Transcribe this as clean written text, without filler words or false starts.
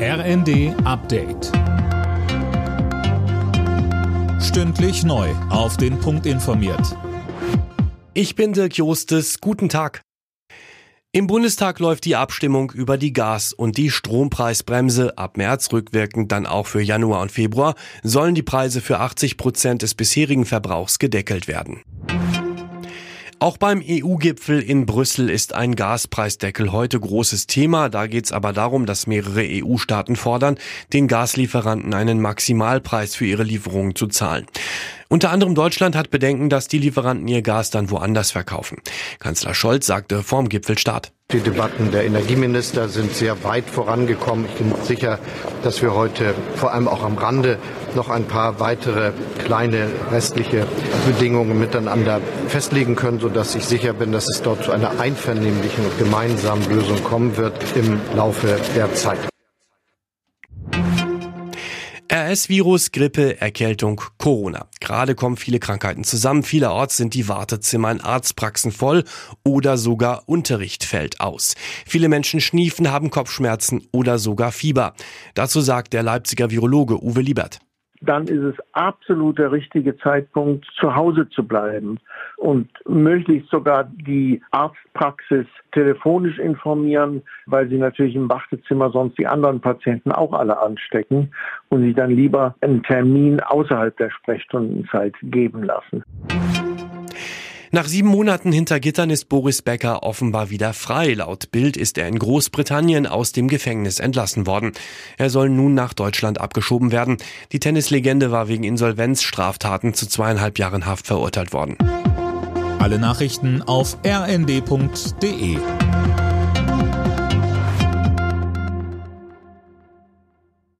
RND Update. Stündlich neu auf den Punkt informiert. Ich bin Dirk Jostes. Guten Tag. Im Bundestag läuft die Abstimmung über die Gas- und die Strompreisbremse. Ab März, rückwirkend dann auch für Januar und Februar, sollen die Preise für 80% des bisherigen Verbrauchs gedeckelt werden. Auch beim EU-Gipfel in Brüssel ist ein Gaspreisdeckel heute großes Thema. Da geht es aber darum, dass mehrere EU-Staaten fordern, den Gaslieferanten einen Maximalpreis für ihre Lieferungen zu zahlen. Unter anderem Deutschland hat Bedenken, dass die Lieferanten ihr Gas dann woanders verkaufen. Kanzler Scholz sagte vorm Gipfelstart: Die Debatten der Energieminister sind sehr weit vorangekommen. Ich bin sicher, dass wir heute vor allem auch am Rande noch ein paar weitere kleine restliche Bedingungen miteinander festlegen können, sodass ich sicher bin, dass es dort zu einer einvernehmlichen und gemeinsamen Lösung kommen wird im Laufe der Zeit. RS-Virus, Grippe, Erkältung, Corona. Gerade kommen viele Krankheiten zusammen. Vielerorts sind die Wartezimmer in Arztpraxen voll oder sogar Unterricht fällt aus. Viele Menschen schniefen, haben Kopfschmerzen oder sogar Fieber. Dazu sagt der Leipziger Virologe Uwe Liebert: Dann ist es absolut der richtige Zeitpunkt, zu Hause zu bleiben und möglichst sogar die Arztpraxis telefonisch informieren, weil sie natürlich im Wartezimmer sonst die anderen Patienten auch alle anstecken und sie dann lieber einen Termin außerhalb der Sprechstundenzeit geben lassen. Nach 7 Monaten hinter Gittern ist Boris Becker offenbar wieder frei. Laut Bild ist er in Großbritannien aus dem Gefängnis entlassen worden. Er soll nun nach Deutschland abgeschoben werden. Die Tennislegende war wegen Insolvenzstraftaten zu 2,5 Jahren Haft verurteilt worden. Alle Nachrichten auf rnd.de.